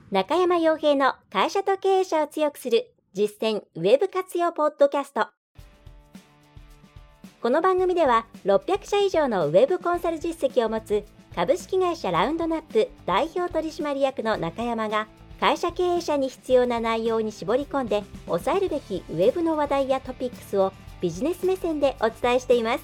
中山洋平の会社と経営者を強くする実践ウェブ活用ポッドキャスト。この番組では600社以上のウェブコンサル実績を持つ株式会社ラウンドナップ代表取締役の中山が会社経営者に必要な内容に絞り込んで押さえるべきウェブの話題やトピックスをビジネス目線でお伝えしています。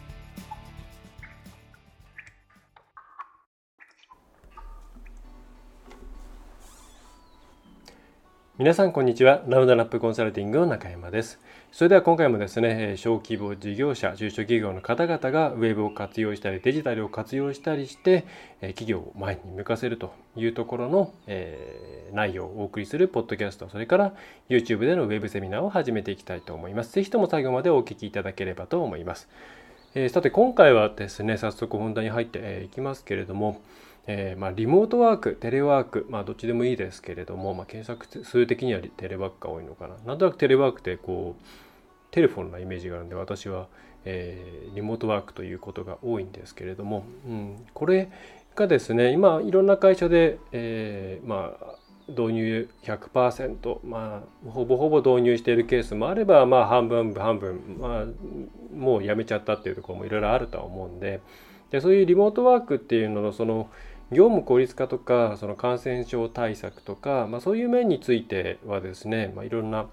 皆さんこんにちは。ラウンドナップコンサルティングの中山です。それでは今回もですね、小規模事業者、中小企業の方々がウェブを活用したりデジタルを活用したりして企業を前に向かせるというところの内容をお送りするポッドキャスト、それから YouTube でのウェブセミナーを始めていきたいと思います。ぜひとも最後までお聞きいただければと思います。さて今回はですね、早速本題に入っていきますけれども、リモートワーク、テレワーク、どっちでもいいですけれども、検索数的にはテレワークが多いのかな。なんとなくテレワークってテレフォンなイメージがあるので、私は、リモートワークということが多いんですけれども、これがですね、今いろんな会社で、導入 100%、ほぼほぼ導入しているケースもあれば、半分、もうやめちゃったっていうところもいろいろあるとは思うんで、そういうリモートワークっていうのの業務効率化とか感染症対策とか、そういう面についてはですね、いろんな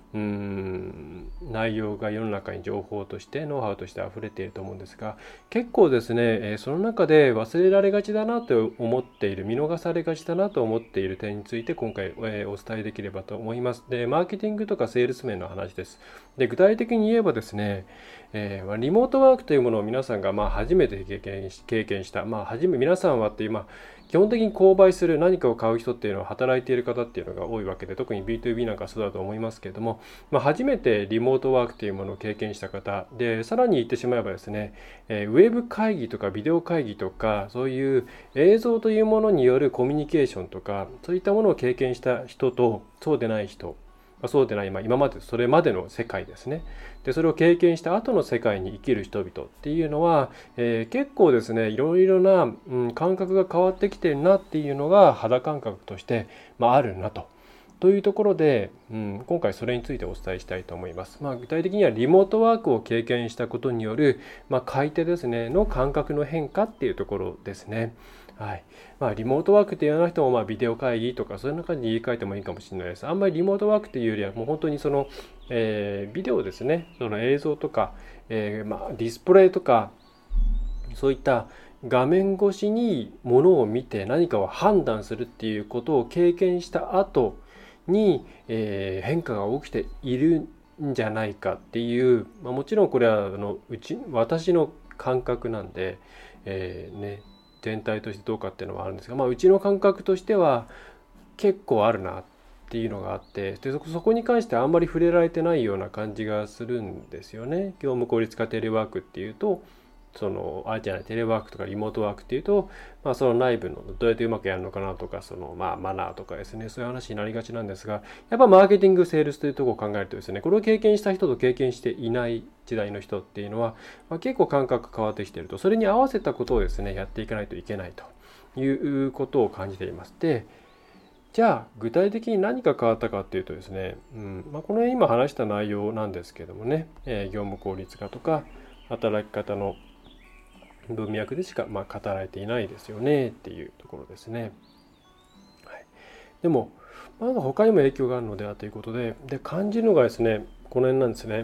内容が世の中に情報としてノウハウとして溢れていると思うんですが、結構ですね、その中で忘れられがちだなと思っている、見逃されがちだなと思っている点について今回お伝えできればと思います。で、マーケティングとかセールス面の話です。で、具体的に言えばですね、リモートワークというものを皆さんが初めて経験した、皆さんはっていう基本的に購買する、何かを買う人っていうのは働いている方っていうのが多いわけで、特に B2B なんかそうだと思いますけれども、初めてリモートワークというものを経験した方で、さらに言ってしまえばですね、ウェブ会議とかビデオ会議とか、そういう映像というものによるコミュニケーションとか、そういったものを経験した人とそうでない人、そうでない、今までそれまでの世界ですね。で、それを経験した後の世界に生きる人々っていうのは、結構ですね、いろいろな、感覚が変わってきてるなっていうのが肌感覚として、あるなというところで、今回それについてお伝えしたいと思います。具体的にはリモートワークを経験したことによる、買い手ですねの感覚の変化っていうところですね。はい。リモートワークって言わなくても、ビデオ会議とかそういう中に言い換えてもいいかもしれないです。あんまりリモートワークっていうよりはもう本当にビデオですね、その映像とか、ディスプレイとか、そういった画面越しにものを見て何かを判断するっていうことを経験した後に、変化が起きているんじゃないかっていう、もちろんこれは私の感覚なんで、全体としてどうかっていうのはあるんですが、うちの感覚としては結構あるなっていうのがあって、でそこに関してあんまり触れられてないような感じがするんですよね。業務効率化テレワークっていうと、テレワークとかリモートワークっていうと、その内部のどうやってうまくやるのかなとか、マナーとかですね、そういう話になりがちなんですが、やっぱマーケティング、セールスというところを考えるとですね、これを経験した人と経験していない時代の人っていうのは、結構感覚変わってきていると、それに合わせたことをですね、やっていかないといけないということを感じています。で、じゃあ具体的に何が変わったかっていうとですね、この今話した内容なんですけどもね、業務効率化とか働き方の文脈でしか語られていないですよねっていうところですね。はい、でもまだ他にも影響があるのではということで、感じるのがですね、この辺なんですね。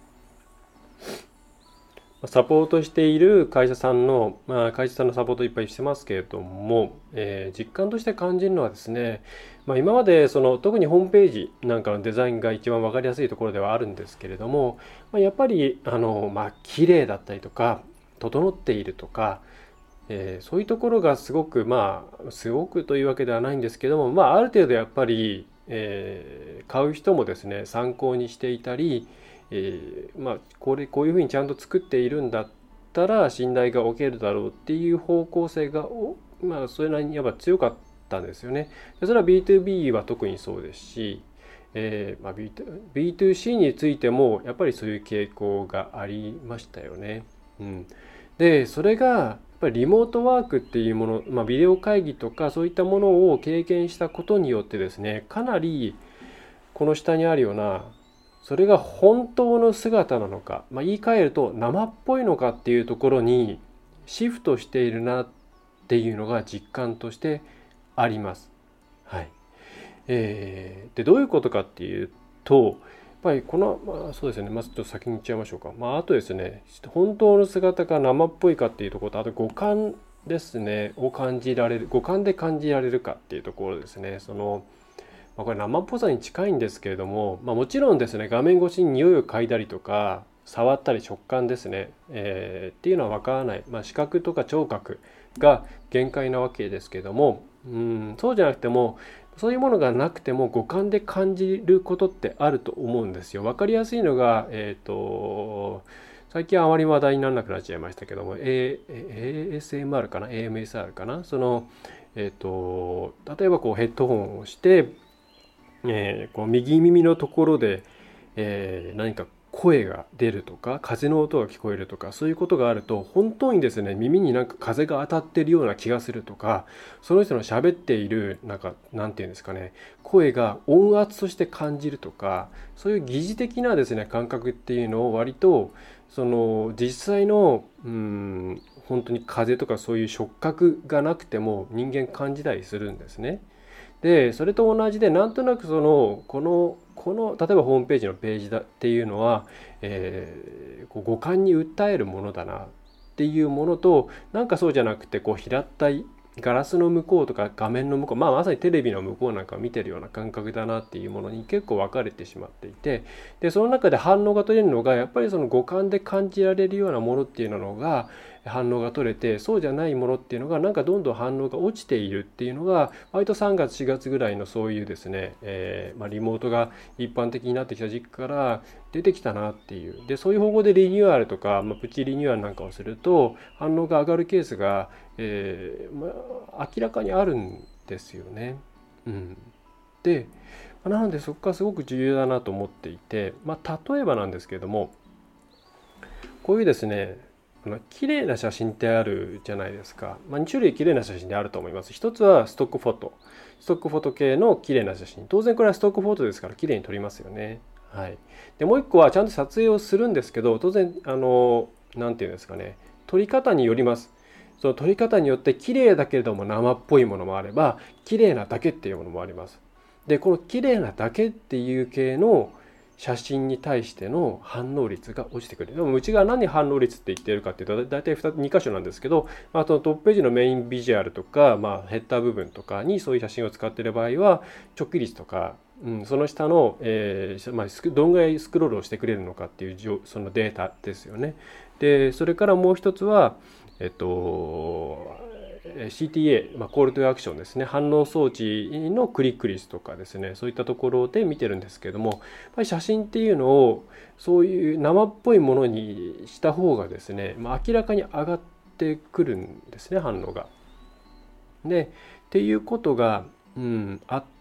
サポートしている会社さんのサポートいっぱいしてますけれども、実感として感じるのはですね、今まで特にホームページなんかのデザインが一番分かりやすいところではあるんですけれども、やっぱり綺麗だったりとか整っているとか、そういうところがすごくすごくというわけではないんですけども、ある程度やっぱり、買う人もですね参考にしていたり、こういうふうにちゃんと作っているんだったら信頼がおけるだろうっていう方向性がそれなりにやっぱ強かったんですよね。でそれは B2B は特にそうですし、B2C についてもやっぱりそういう傾向がありましたよね。でそれがぱりリモートワークっていうもの、ビデオ会議とかそういったものを経験したことによってですね、かなりこの下にあるような、それが本当の姿なのか、言い換えると生っぽいのかっていうところにシフトしているなっていうのが実感としてあります。はい。でどういうことかっていうと、やっぱりこの、そうですね、まずちょっと先に言っちゃいましょうか。あとですね、本当の姿が生っぽいかっていうところと、あと五感ですね、を感じられる、五感で感じられるかっていうところですね。これ生っぽさに近いんですけれども、もちろんですね、画面越しに匂いを嗅いだりとか触ったり食感ですね、っていうのはわからない、視覚とか聴覚が限界なわけですけれども、そうじゃなくてもそういうものがなくても五感で感じることってあると思うんですよ。わかりやすいのが、最近あまり話題にならなくなっちゃいましたけども、ASMR かな AMSR かな例えばこうヘッドホンをしてこう右耳のところで、何か声が出るとか風の音が聞こえるとかそういうことがあると本当にですね耳になんか風が当たっているような気がするとか、その人の喋っているなんていうんですかね、声が音圧として感じるとか、そういう疑似的なですね感覚っていうのを割と実際の本当に風とかそういう触覚がなくても人間感じたりするんですね。でそれと同じでなんとなくこの例えばホームページのページだっていうのは、こう五感に訴えるものだなっていうものと、なんかそうじゃなくてこう平たいガラスの向こうとか画面の向こう、まさにテレビの向こうなんかを見てるような感覚だなっていうものに結構分かれてしまっていて、でその中で反応が取れるのがやっぱりその五感で感じられるようなものっていうのが反応が取れて、そうじゃないものっていうのがなんかどんどん反応が落ちているっていうのが割と3月4月ぐらいのそういうですね、リモートが一般的になってきた時期から出てきたなっていう。でそういう方向でリニューアルとか、プチリニューアルなんかをすると反応が上がるケースが、明らかにあるんですよね。でなのでそこがすごく重要だなと思っていて、例えばなんですけれども、こういうですね綺麗な写真ってあるじゃないですか。2種類綺麗な写真であると思います。一つはストックフォト系の綺麗な写真。当然これはストックフォトですから綺麗に撮りますよね。はい。でもう一個はちゃんと撮影をするんですけど、当然なんていうんですかね、撮り方によります。その撮り方によって綺麗だけれども生っぽいものもあれば、綺麗なだけっていうものもあります。でこの綺麗なだけっていう系の写真に対しての反応率が落ちてくる。でもうちが何反応率って言っているかっていうと大体2箇所なんですけど、あとトップページのメインビジュアルとか、ヘッダー部分とかにそういう写真を使っている場合は直帰率とか、その下の、どんぐらいスクロールをしてくれるのかっていうそのデータですよね。でそれからもう一つはCTA、コールトゥアクションですね、反応装置のクリック率とかですね、そういったところで見てるんですけども、やっぱり写真っていうのをそういう生っぽいものにした方がですね、明らかに上がってくるんですね、反応が。でっていうことが、あって、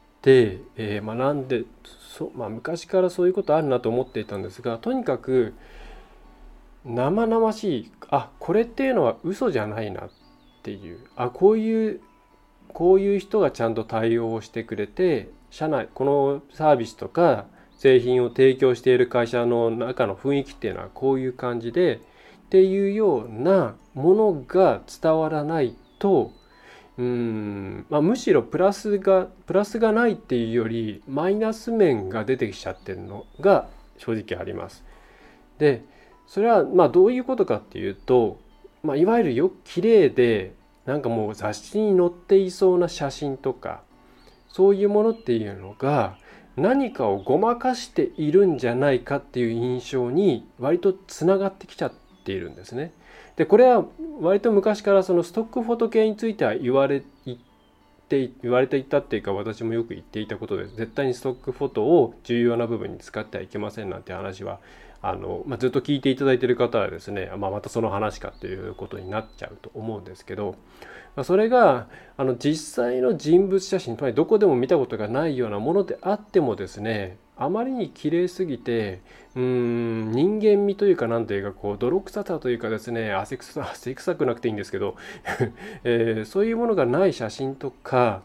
なんで昔からそういうことあるなと思っていたんですが、とにかく生々しい、これっていうのは嘘じゃないなっていう、こういう人がちゃんと対応をしてくれて、社内このサービスとか製品を提供している会社の中の雰囲気っていうのはこういう感じでっていうようなものが伝わらないと、むしろプラスがないっていうよりマイナス面が出てきちゃってるのが正直あります。でそれはどういうことかっていうと、いわゆる綺麗でなんかもう雑誌に載っていそうな写真とかそういうものっていうのが何かをごまかしているんじゃないかっていう印象に割とつながってきちゃっているんですね。でこれは割と昔からそのストックフォト系については言われていたっていうか、私もよく言っていたことです。絶対にストックフォトを重要な部分に使ってはいけませんなんて話はずっと聞いていただいている方はですね、またその話かということになっちゃうと思うんですけど、それが実際の人物写真、つまりどこでも見たことがないようなものであってもですね、 あまりに綺麗すぎて、人間味というか、なんというか、こう泥臭さというかですね、汗臭くなくていいんですけど、そういうものがない写真とか、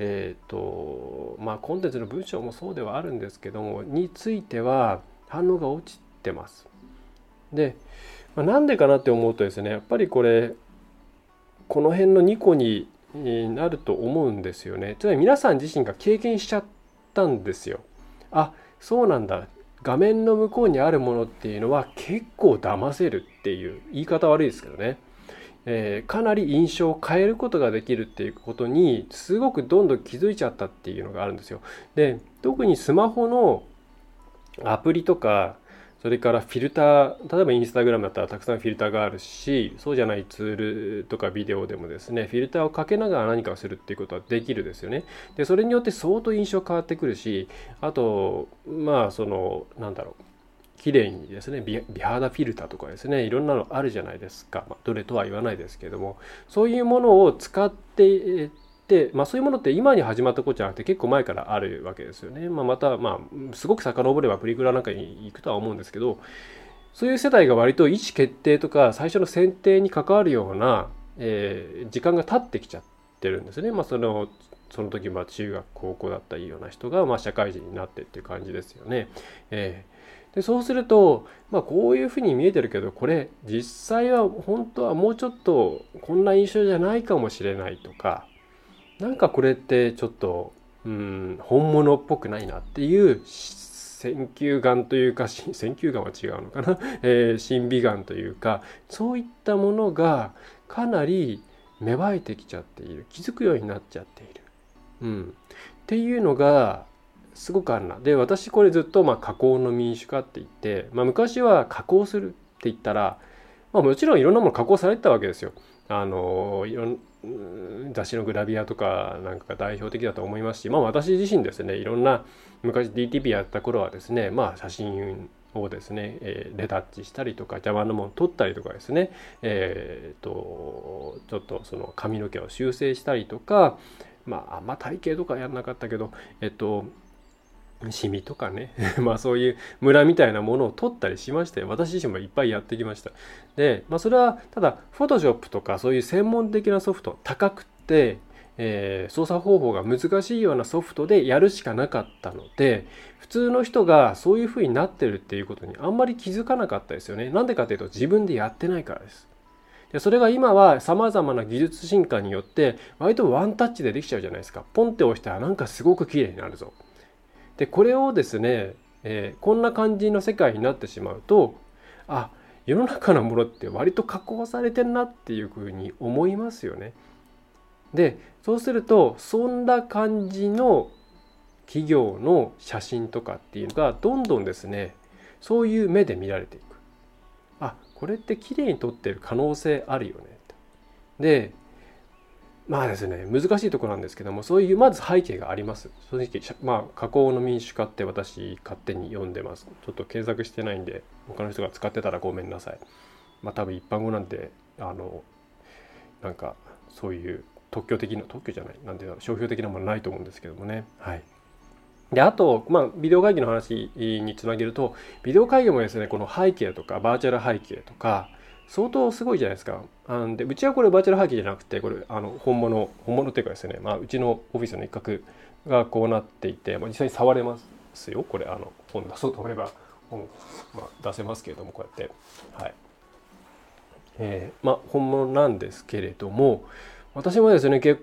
コンテンツの文章もそうではあるんですけどもについては反応が落ちてます。で、なんでかなって思うとですね、やっぱりこの辺の2個になると思うんですよね。つまり皆さん自身が経験しちゃったんですよ。あ、そうなんだ。画面の向こうにあるものっていうのは結構騙せるっていう、言い方悪いですけどね。かなり印象を変えることができるっていうことにすごくどんどん気づいちゃったっていうのがあるんですよ。で、特にスマホのアプリとか、それからフィルター、例えばインスタグラムだったらたくさんフィルターがあるし、そうじゃないツールとかビデオでもですね、フィルターをかけながら何かをするっていうことはできるですよね。で、それによって相当印象変わってくるし、あと、綺麗にですね、美肌フィルターとかですね、いろんなのあるじゃないですか。どれとは言わないですけれども、そういうものを使ってそういうものって今に始まったことじゃなくて結構前からあるわけですよね。また、すごく遡ればプリクラなんかに行くとは思うんですけど、そういう世代が割と意思決定とか最初の選定に関わるような、時間が経ってきちゃってるんですね。その時中学高校だったような人が、社会人になってっていう感じですよね。でそうすると、こういうふうに見えてるけど、これ実際は本当はもうちょっとこんな印象じゃないかもしれないとか、なんかこれってちょっと本物っぽくないなっていう選球眼というか、選球眼は違うのかな、審美眼というか、そういったものがかなり芽生えてきちゃっている、気づくようになっちゃっている、っていうのがすごくあるな。で、私これずっと加工の民主化って言って、昔は加工するって言ったら、もちろんいろんなもの加工されてたわけですよ。雑誌のグラビアとかなんかが代表的だと思いますし、私自身ですね、いろんな昔 DTP やった頃はですね、写真をですね、レタッチしたりとか邪魔なもの撮ったりとかですね、ちょっとその髪の毛を修正したりとか、あんま体型とかやんなかったけど、シミとかねそういうムラみたいなものを取ったりしましたよ。私自身もいっぱいやってきました。で、それはただフォトショップとかそういう専門的なソフト、高くて、操作方法が難しいようなソフトでやるしかなかったので、普通の人がそういう風になってるっていうことにあんまり気づかなかったですよね。なんでかというと自分でやってないからです。でそれが今は様々な技術進化によって割とワンタッチでできちゃうじゃないですか。ポンって押したらなんかすごく綺麗になるぞ。でこれをですね、こんな感じの世界になってしまうと、世の中のものって割と加工されてんなっていうふうに思いますよね。でそうするとそんな感じの企業の写真とかっていうのがどんどんですね、そういう目で見られていく。これって綺麗に撮ってる可能性あるよね。でですね、難しいところなんですけども、そういうまず背景があります。正直、加工の民主化って私勝手に読んでます。ちょっと検索してないんで、他の人が使ってたらごめんなさい。多分一般語なんで、なんかそういう特許じゃない、なんていうの、商標的なものないと思うんですけどもね。はい。で、あと、ビデオ会議の話につなげると、ビデオ会議もですね、この背景とか、バーチャル背景とか、相当すごいじゃないですか。でうちはこれバーチャル背景じゃなくて、これ本物っていうかですね、うちのオフィスの一角がこうなっていて、実際に触れますよ。これ本出そうと思えば本、出せますけれども、こうやって、本物なんですけれども、私もですね、ズ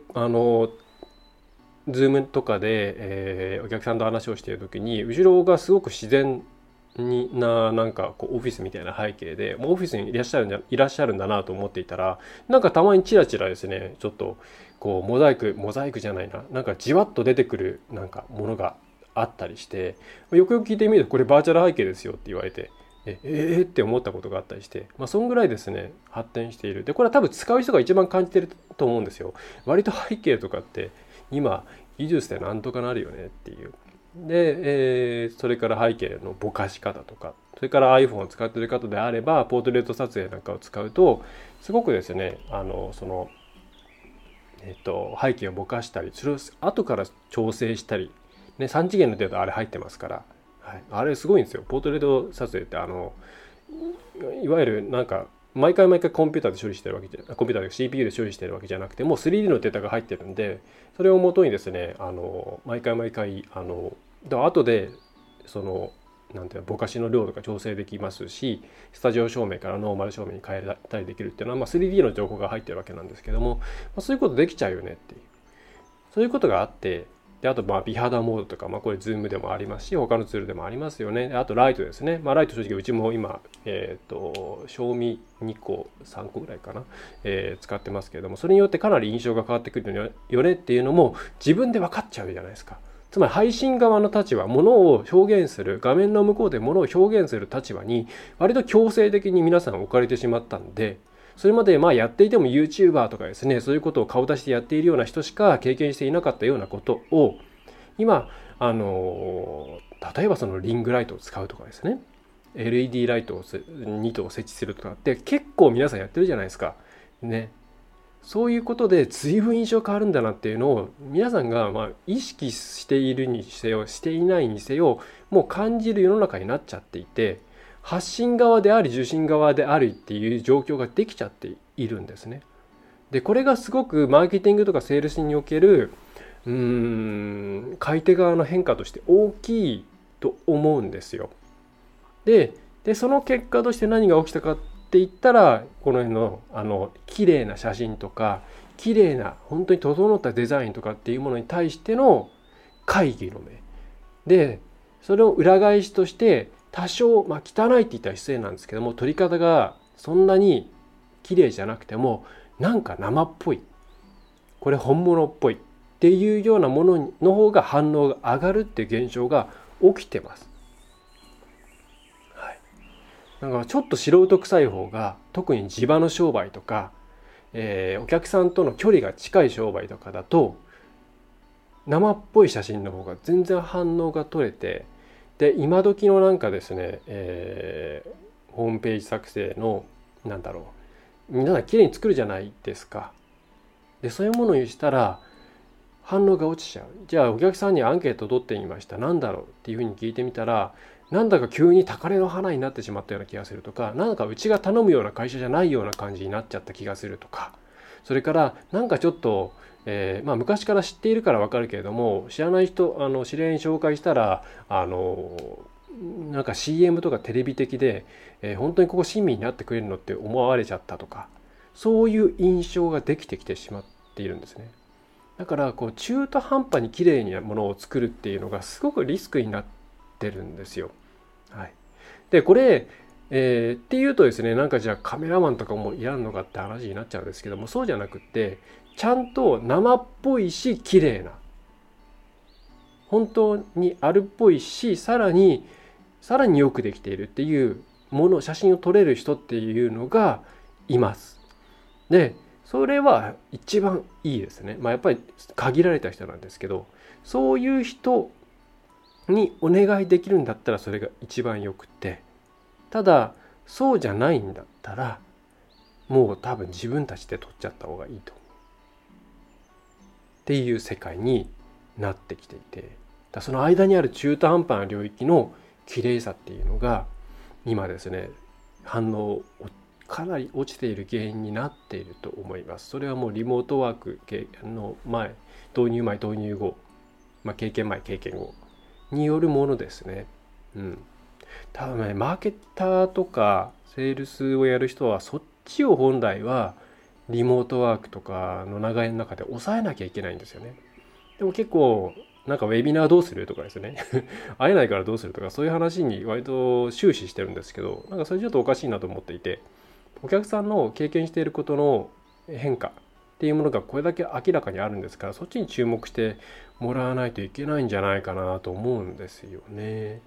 ームとかで、お客さんと話をしている時に後ろがすごく自然なんかこうオフィスみたいな背景で、もうオフィスにいらっしゃるんだなと思っていたら、なんかたまにチラチラですね、ちょっとこうモザイクじゃないな、なんかじわっと出てくるなんかものがあったりして、よくよく聞いてみるとこれバーチャル背景ですよって言われて、って思ったことがあったりして、そんぐらいですね発展している。でこれは多分使う人が一番感じてると思うんですよ。割と背景とかって今技術でなんとかなるよねっていう。で、それから背景のぼかし方とか、それから iPhone を使っている方であればポートレート撮影なんかを使うとすごくですね、背景をぼかしたり、それを後から調整したり、3次元のデータあれ入ってますから、 はい、あれすごいんですよ。ポートレート撮影っていわゆるなんか毎回コンピューターで処理してるわけじゃコンピューターで CPU で処理してるわけじゃなくて、もう 3D のデータが入ってるんで、それをもとにですね毎回だ後でそのなんていうのぼかしの量とか調整できますし、スタジオ照明からノーマル照明に変えたりできるっていうのは、3D の情報が入ってるわけなんですけども、そういうことできちゃうよねっていう、そういうことがあって、であと美肌モードとか、これ Zoom でもありますし、他のツールでもありますよね。あとライトですね。ライト正直うちも今賞味2個3個ぐらいかな、使ってますけれども、それによってかなり印象が変わってくるよねっていうのも自分で分かっちゃうじゃないですか。つまり配信側の立場、ものを表現する、画面の向こうでものを表現する立場に割と強制的に皆さん置かれてしまったんで、それまでやっていても YouTuber とかですね、そういうことを顔出してやっているような人しか経験していなかったようなことを今例えばそのリングライトを使うとかですね、 LED ライトを2灯設置するとかって結構皆さんやってるじゃないですかね。そういうことで随分印象変わるんだなっていうのを皆さんが意識しているにせよしていないにせよもう感じる世の中になっちゃっていて、発信側であり受信側でありっていう状況ができちゃっているんですね。でこれがすごくマーケティングとかセールスにおける買い手側の変化として大きいと思うんですよ。でその結果として何が起きたかって言ったら、この辺の綺麗な写真とか綺麗な本当に整ったデザインとかっていうものに対しての会議の目で、それを裏返しとして多少汚いって言ったら失礼なんですけども、撮り方がそんなに綺麗じゃなくてもなんか生っぽい、これ本物っぽいっていうようなものの方が反応が上がるっていう現象が起きてます。はい、だからちょっと素人臭い方が、特に地場の商売とか、お客さんとの距離が近い商売とかだと生っぽい写真の方が全然反応が取れて、で今時のなんかですね、ホームページ作成の皆さん綺麗に作るじゃないですか。でそういうものにしたら反応が落ちちゃう。じゃあお客さんにアンケート取ってみました、なんだろうっていうふうに聞いてみたら、なんだか急に高嶺の花になってしまったような気がするとか、なんかうちが頼むような会社じゃないような感じになっちゃった気がするとか、それからなんかちょっと昔から知っているから分かるけれども、知らない人知り合いに紹介したらなんか CM とかテレビ的で、本当にここ親身になってくれるのって思われちゃったとか、そういう印象ができてきてしまっているんですね。だから中途半端に綺麗なものを作るっていうのがすごくリスクになってるんですよ。はい、でこれっていうとですね、なんかじゃあカメラマンとかもいらんのかって話になっちゃうんですけども、そうじゃなくって、ちゃんと生っぽいし綺麗な、本当にあるっぽいし、さらによくできているっていうもの、写真を撮れる人っていうのがいます。でそれは一番いいですね。やっぱり限られた人なんですけど、そういう人にお願いできるんだったらそれが一番よくて、ただそうじゃないんだったらもう多分自分たちで撮っちゃった方がいいと思うっていう世界になってきていて、その間にある中途半端な領域の綺麗さっていうのが今ですね、反応をかなり落ちている原因になっていると思います。それはもうリモートワークの導入前導入後、経験前経験後によるものですね。ただね、マーケッターとかセールスをやる人はそっちを本来はリモートワークとかの流れの中で抑えなきゃいけないんですよね。でも結構なんかウェビナーどうするとかですね会えないからどうするとか、そういう話に割と終始してるんですけど、なんかそれちょっとおかしいなと思っていて、お客さんの経験していることの変化っていうものがこれだけ明らかにあるんですから、そっちに注目してもらわないといけないんじゃないかなと思うんですよね。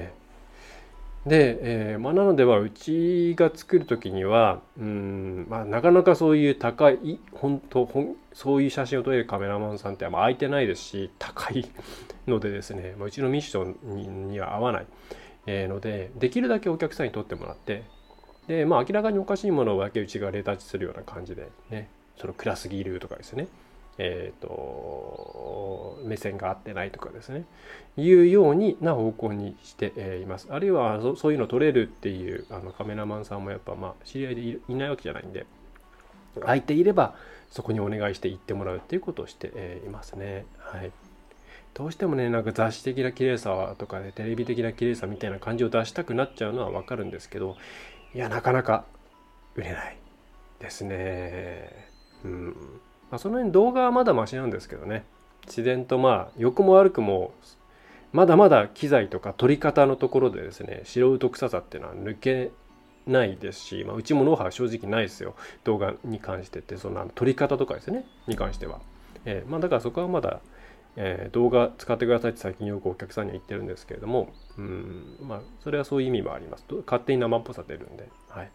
で、なのでうちが作る時にはなかなかそういう高いそういう写真を撮れるカメラマンさんって空いてないですし、高いのでですね、うちのミッションには合わないので、できるだけお客さんに撮ってもらって、で明らかにおかしいものだけうちがレタッチするような感じでね、その暗すぎるとかですね、 目線が合ってないとかですね、いうような方向にしています。あるいはそういうの撮れるっていうカメラマンさんもやっぱ知り合いでいないわけじゃないんで、空いていればそこにお願いして行ってもらうっていうことをしていますね。はい。どうしてもね、なんか雑誌的な綺麗さとかね、テレビ的な綺麗さみたいな感じを出したくなっちゃうのはわかるんですけど、いや、なかなか売れないですね。その辺動画はまだマシなんですけどね。自然と良くも悪くもまだまだ機材とか撮り方のところでですね、素人臭さっていうのは抜けないですし、うちもノウハウは正直ないですよ。動画に関してって、その撮り方とかですね、に関しては。だからそこはまだ、動画使ってくださいって最近よくお客さんには言ってるんですけれども、それはそういう意味もあります。勝手に生っぽさ出るんで。はい。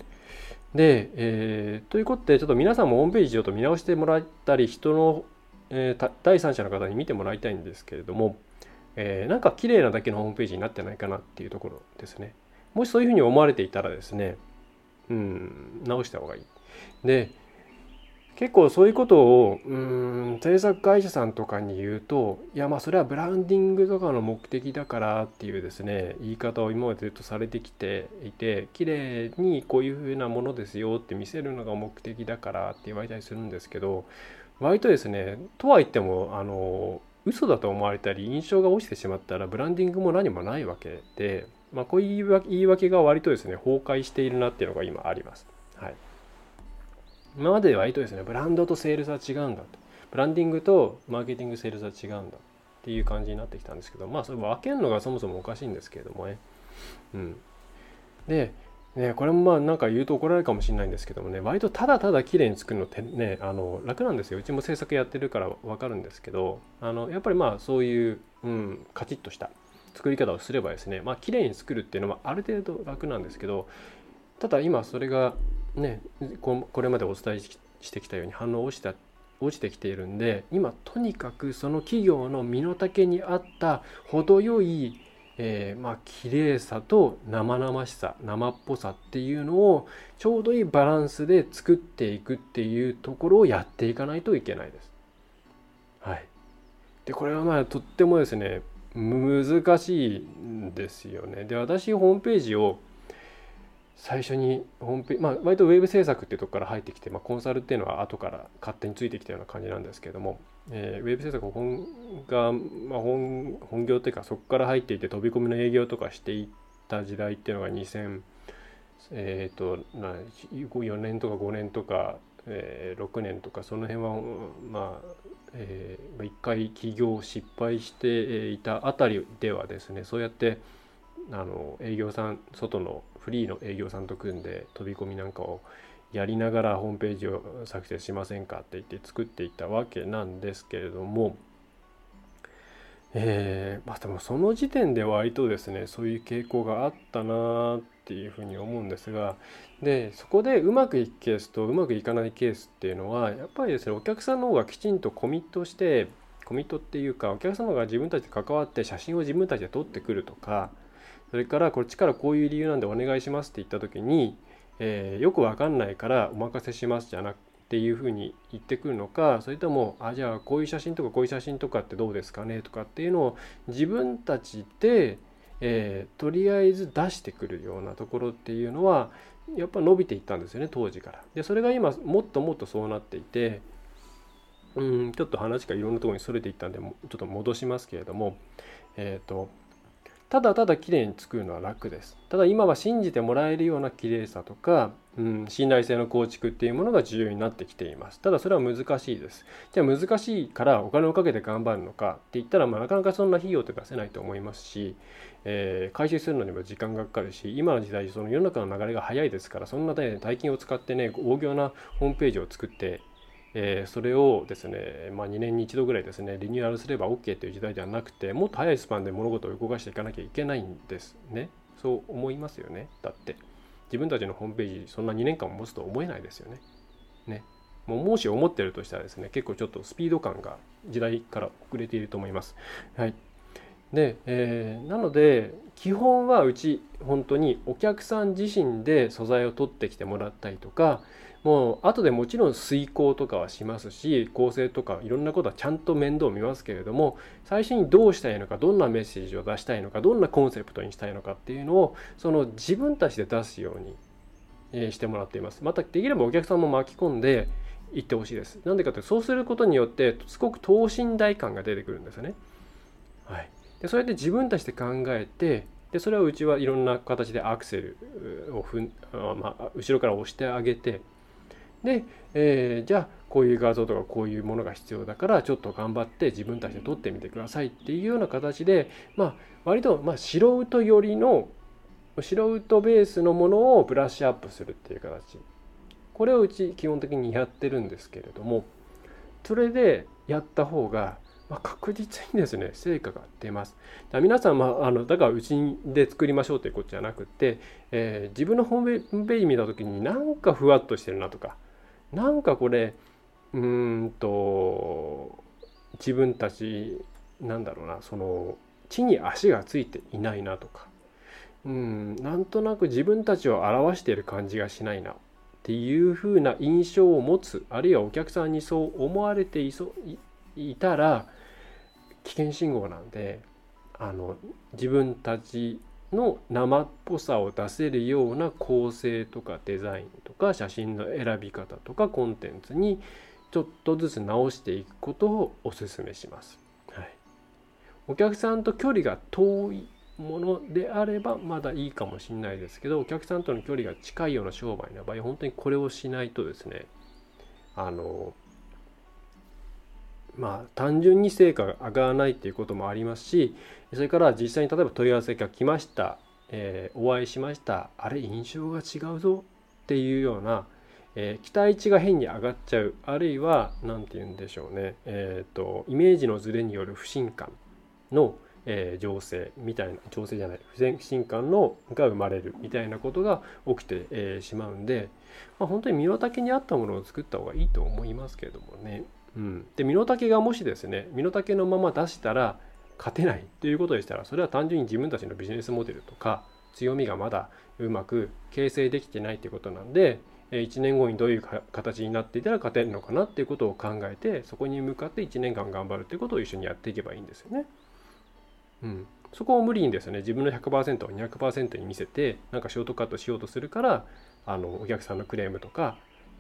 で、ということで、ちょっと皆さんもホームページちょっと見直してもらったり、人の、第三者の方に見てもらいたいんですけれども、なんか綺麗なだけのホームページになってないかなっていうところですね。もしそういうふうに思われていたらですね、直した方がいい。で、結構そういうことを制作会社さんとかに言うと、いやそれはブランディングとかの目的だからっていうですね、言い方を今までずっとされてきていて、綺麗にこういうふうなものですよって見せるのが目的だからって言われたりするんですけど、割とですね、とは言っても嘘だと思われたり印象が落ちてしまったらブランディングも何もないわけで、こういう言い訳が割とですね崩壊しているなっていうのが今あります。はい。今までは割とですね、ブランドとセールスは違うんだと、ブランディングとマーケティングセールスは違うんだっていう感じになってきたんですけど、それ分けるのがそもそもおかしいんですけれどもね。でね、これもなんか言うと怒られるかもしれないんですけどもね、割とただただ綺麗に作るのってね、楽なんですよ。うちも制作やってるから分かるんですけど、やっぱりそういう、カチッとした作り方をすればですね、綺麗に作るっていうのはある程度楽なんですけど、ただ今それがね、これまでお伝えしてきたように反応落ちてきているんで、今とにかくその企業の身の丈に合った程よい綺麗さと生々しさ、生っぽさっていうのをちょうどいいバランスで作っていくっていうところをやっていかないといけないです。はい。で、これはとってもですね、難しいんですよね。で、私ホームページを最初に割とウェブ制作っていうところから入ってきて、コンサルっていうのは後から勝手についてきたような感じなんですけれども、ウェブ制作が、本業というかそこから入っていて飛び込みの営業とかしていった時代っていうのが2004年とか5年とか、6年とか、その辺は一回起業失敗していたあたりではですね、そうやって営業さん、外のフリーの営業さんと組んで飛び込みなんかをやりながらホームページを作成しませんかって言って作っていったわけなんですけれども、でもその時点で割とですね、そういう傾向があったなっていうふうに思うんですが、でそこでうまくいくケースとうまくいかないケースっていうのは、やっぱりですね、お客さんの方がきちんとコミットっていうか、お客さんの方が自分たちで関わって写真を自分たちで撮ってくるとか、それからこっちからこういう理由なんでお願いしますって言った時に、よくわかんないからお任せしますじゃなくっていうふうに言ってくるのか、それともじゃあこういう写真とかこういう写真とかってどうですかねとかっていうのを自分たちで、とりあえず出してくるようなところっていうのはやっぱ伸びていったんですよね、当時から。でそれが今もっともっとそうなっていて、ちょっと話がいろんなところにそれていったんでちょっと戻しますけれども、ただただ綺麗に作るのは楽です。ただ今は信じてもらえるような綺麗さとか、信頼性の構築っていうものが重要になってきています。ただそれは難しいです。じゃあ難しいからお金をかけて頑張るのかって言ったら、なかなかそんな費用って出せないと思いますし、回収するのにも時間がかかるし、今の時代その世の中の流れが早いですから、そんな大金を使ってね、大行なホームページを作ってそれをですね、2年に1度ぐらいですね、リニューアルすれば OK という時代ではなくて、もっと早いスパンで物事を動かしていかなきゃいけないんですね。そう思いますよね。だって自分たちのホームページそんな2年間も持つと思えないですよね。もし思ってるとしたらですね、結構ちょっとスピード感が時代から遅れていると思います。はい。で、なので基本はうち本当にお客さん自身で素材を取ってきてもらったりとか、 もう後でもちろん遂行とかはしますし、構成とかいろんなことはちゃんと面倒見ますけれども、最初にどうしたいのか、どんなメッセージを出したいのか、どんなコンセプトにしたいのかっていうのをその自分たちで出すようにしてもらっています。またできればお客さんも巻き込んでいってほしいです。なんでかというと、そうすることによってすごく等身大感が出てくるんですよね。はい、でそれで自分たちで考えて、でそれをうちはいろんな形でアクセルを後ろから押してあげて、で、じゃあこういう画像とかこういうものが必要だからちょっと頑張って自分たちで撮ってみてくださいっていうような形で、割と素人寄りの素人ベースのものをブラッシュアップするっていう形、これをうち基本的にやってるんですけれども、それでやった方が確実にですね成果が出ます。皆さん、だからうちで作りましょうということじゃなくて、自分のホームページ見た時になんかふわっとしてるなとか、なんかこれ自分たちその地に足がついていないなとか、なんとなく自分たちを表している感じがしないなっていう風な印象を持つ、あるいはお客さんにそう思われていたら危険信号なんで、自分たちの生っぽさを出せるような構成とかデザインとか写真の選び方とかコンテンツにちょっとずつ直していくことをお勧めします。はい、お客さんと距離が遠いものであればまだいいかもしれないですけど、お客さんとの距離が近いような商売の場合、本当にこれをしないとですね、単純に成果が上がらないっていうこともありますし、それから実際に例えば問い合わせが来ました、お会いしました、あれ印象が違うぞっていうような、期待値が変に上がっちゃう、あるいは何て言うんでしょうね、イメージのズレによる不信感の情勢みたいな、情勢じゃない不信感が生まれるみたいなことが起きてしまうんで、本当に身の丈に合ったものを作った方がいいと思いますけれどもね。で身の丈がもしですね、身の丈のまま出したら勝てないということでしたら、それは単純に自分たちのビジネスモデルとか強みがまだうまく形成できてないということなんで、1年後にどういう形になっていたら勝てるのかなっていうことを考えて、そこに向かって1年間頑張るということを一緒にやっていけばいいんですよね。そこを無理にですね、自分の 100% を 200% に見せてなんかショートカットしようとするから、お客さんのクレームとか、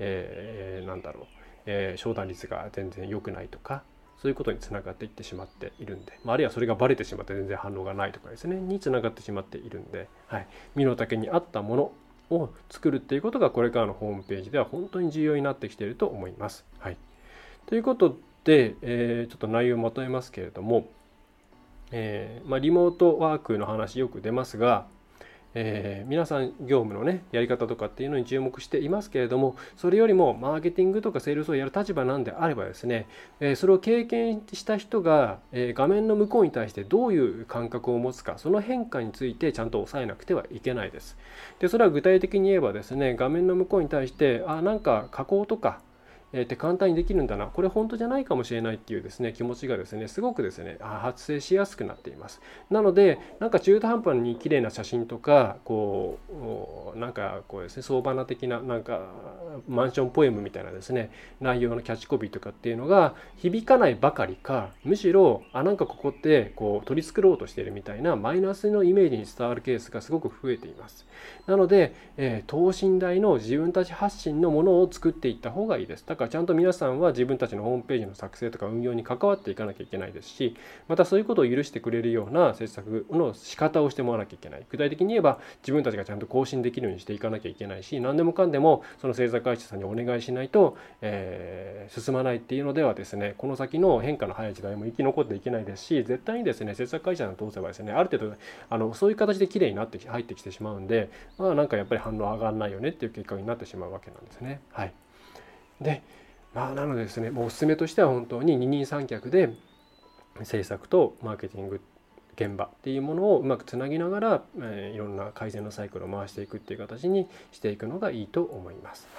商談率が全然良くないとか、そういうことにつながっていってしまっているんで、あるいはそれがバレてしまって全然反応がないとかですねにつながってしまっているんで、身の丈に合ったものを作るっていうことがこれからのホームページでは本当に重要になってきていると思います。ということで、ちょっと内容をまとめますけれども、リモートワークの話よく出ますが、皆さん業務のねやり方とかっていうのに注目していますけれども、それよりもマーケティングとかセールスをやる立場なんであればですね、それを経験した人が、画面の向こうに対してどういう感覚を持つか、その変化についてちゃんと抑えなくてはいけないです。でそれは具体的に言えばですね、画面の向こうに対してなんか加工とかって簡単にできるんだな、これ本当じゃないかもしれないっていうですね気持ちがですねすごくですね発生しやすくなっています。なのでなんか中途半端に綺麗な写真とかですね相場な的なマンションポエムみたいなですね内容のキャッチコピーとかっていうのが響かないばかりか、むしろなんかここって取り繕おうとしているみたいなマイナスのイメージに伝わるケースがすごく増えています。なので、等身大の自分たち発信のものを作っていった方がいいです。だからちゃんと皆さんは自分たちのホームページの作成とか運用に関わっていかなきゃいけないですし、またそういうことを許してくれるような制作の仕方をしてもらわなきゃいけない。具体的に言えば自分たちがちゃんと更新できるようにしていかなきゃいけないし、何でもかんでもその制作会社さんにお願いしないと、進まないっていうのではですね、この先の変化の早い時代も生き残っていけないですし、絶対にですね制作会社さん通せばですねある程度そういう形で綺麗になって入ってきてしまうんで、なんかやっぱり反応上がらないよねっていう結果になってしまうわけなんですね。でなのでですね、もうおすすめとしては本当に二人三脚で制作とマーケティング現場っていうものをうまくつなぎながら、いろんな改善のサイクルを回していくっていう形にしていくのがいいと思います。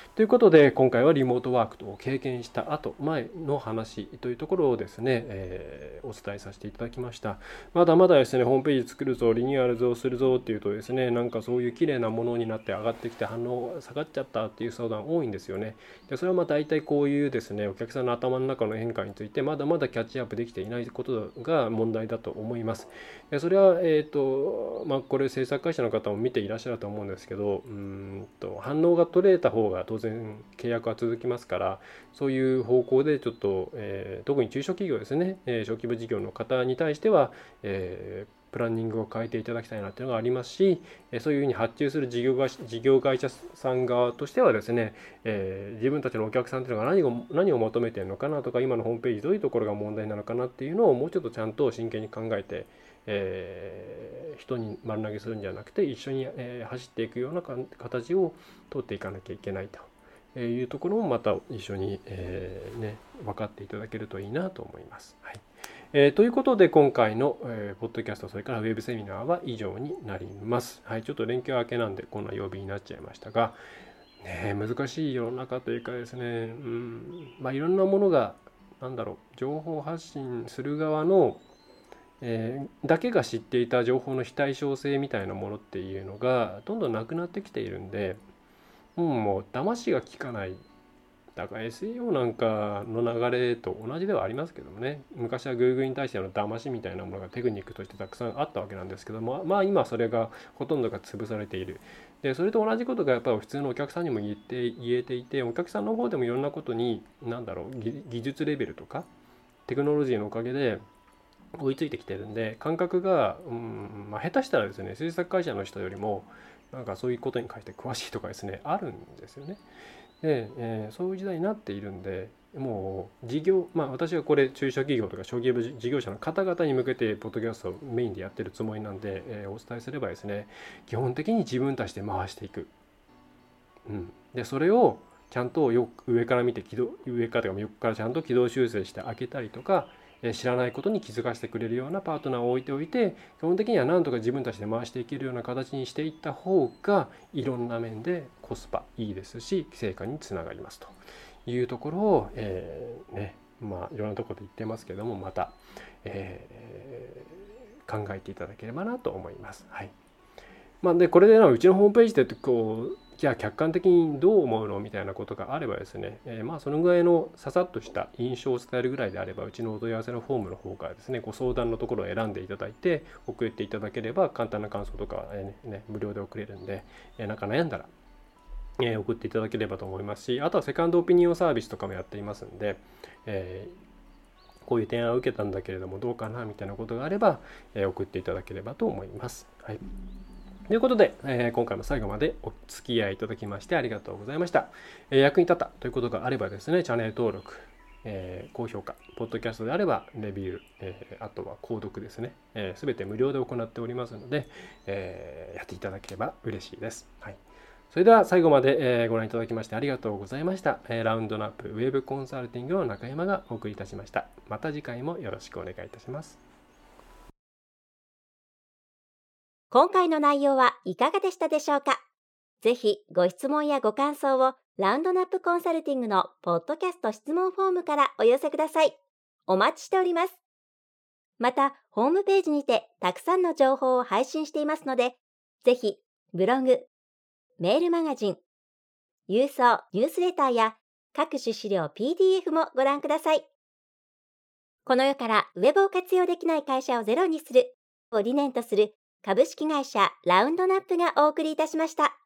ということで今回はリモートワークを経験した後前の話というところをですね、お伝えさせていただきました。まだまだですねホームページ作るぞリニューアルするぞっていうとですねなんかそういう綺麗なものになって上がってきて反応下がっちゃったっていう相談多いんですよね。でそれはまあ大体こういうですねお客さんの頭の中の変化についてまだまだキャッチアップできていないことが問題だと思います。でそれはこれ制作会社の方も見ていらっしゃると思うんですけど反応が取れた方が当然契約は続きますから、そういう方向でちょっと、特に中小企業ですね、小規模事業の方に対しては、プランニングを変えていただきたいなというのがありますし、そういうふうに発注する事業会社さん側としてはですね、自分たちのお客さんというのが何を求めているのかなとか、今のホームページどういうところが問題なのかなっていうのをもうちょっとちゃんと真剣に考えて、人に丸投げするんじゃなくて一緒に、走っていくような形を取っていかなきゃいけないというところもまた一緒に、分かっていただけるといいなと思います。はい。ということで今回の、ポッドキャストそれからウェブセミナーは以上になります。はい、ちょっと連休明けなんでこんな曜日になっちゃいましたが、難しい世の中というかですね、いろんなものが情報発信する側のだけが知っていた情報の非対称性みたいなものっていうのがどんどんなくなってきているんで、もう騙しが効かない。だから SEO なんかの流れと同じではありますけどもね、昔は Google に対しての騙しみたいなものがテクニックとしてたくさんあったわけなんですけども、今それがほとんどが潰されている。でそれと同じことがやっぱり普通のお客さんにも言えていて、お客さんの方でもいろんなことに技術レベルとかテクノロジーのおかげで追いついてきてるんで、感覚が、下手したらですね制作会社の人よりもそういうことに関して詳しいとかですねあるんですよね。で、そういう時代になっているんで、もう私はこれ中小企業とか小規模事業者の方々に向けてポッドキャストをメインでやってるつもりなんで、お伝えすればですね基本的に自分たちで回していく、でそれをちゃんと上から見て上からとか横からちゃんと軌道修正して開けたりとか、知らないことに気づかせてくれるようなパートナーを置いておいて、基本的には何とか自分たちで回していけるような形にしていった方がいろんな面でコスパいいですし成果につながりますというところを、いろんなところで言ってますけどもまた、考えていただければなと思います。はい。でこれでうちのホームページでじゃあ客観的にどう思うのみたいなことがあればですね、そのぐらいのささっとした印象を伝えるぐらいであれば、うちのお問い合わせのフォームの方からですねご相談のところを選んでいただいて送っていただければ、簡単な感想とかは、無料で送れるんで、悩んだら、送っていただければと思いますし、あとはセカンドオピニオンサービスとかもやっていますんで、こういう提案を受けたんだけれどもどうかなみたいなことがあれば、送っていただければと思います。はい。ということで、今回も最後までお付き合いいただきましてありがとうございました。役に立ったということがあればですね、チャンネル登録、高評価、ポッドキャストであればレビュー、あとは購読ですね、すべて無料で行っておりますので、やっていただければ嬉しいです。はい。それでは最後まで、ご覧いただきましてありがとうございました。ラウンドナップウェブコンサルティングの中山がお送りいたしました。また次回もよろしくお願いいたします。 今回の内容はいかがでしたでしょうか。ぜひご質問やご感想をラウンドナップコンサルティングのポッドキャスト質問フォームからお寄せください。お待ちしております。また、ホームページにてたくさんの情報を配信していますので、ぜひブログ、メールマガジン、郵送ニュースレターや各種資料 PDF もご覧ください。この世からウェブを活用できない会社をゼロにするを理念とする株式会社ラウンドナップがお送りいたしました。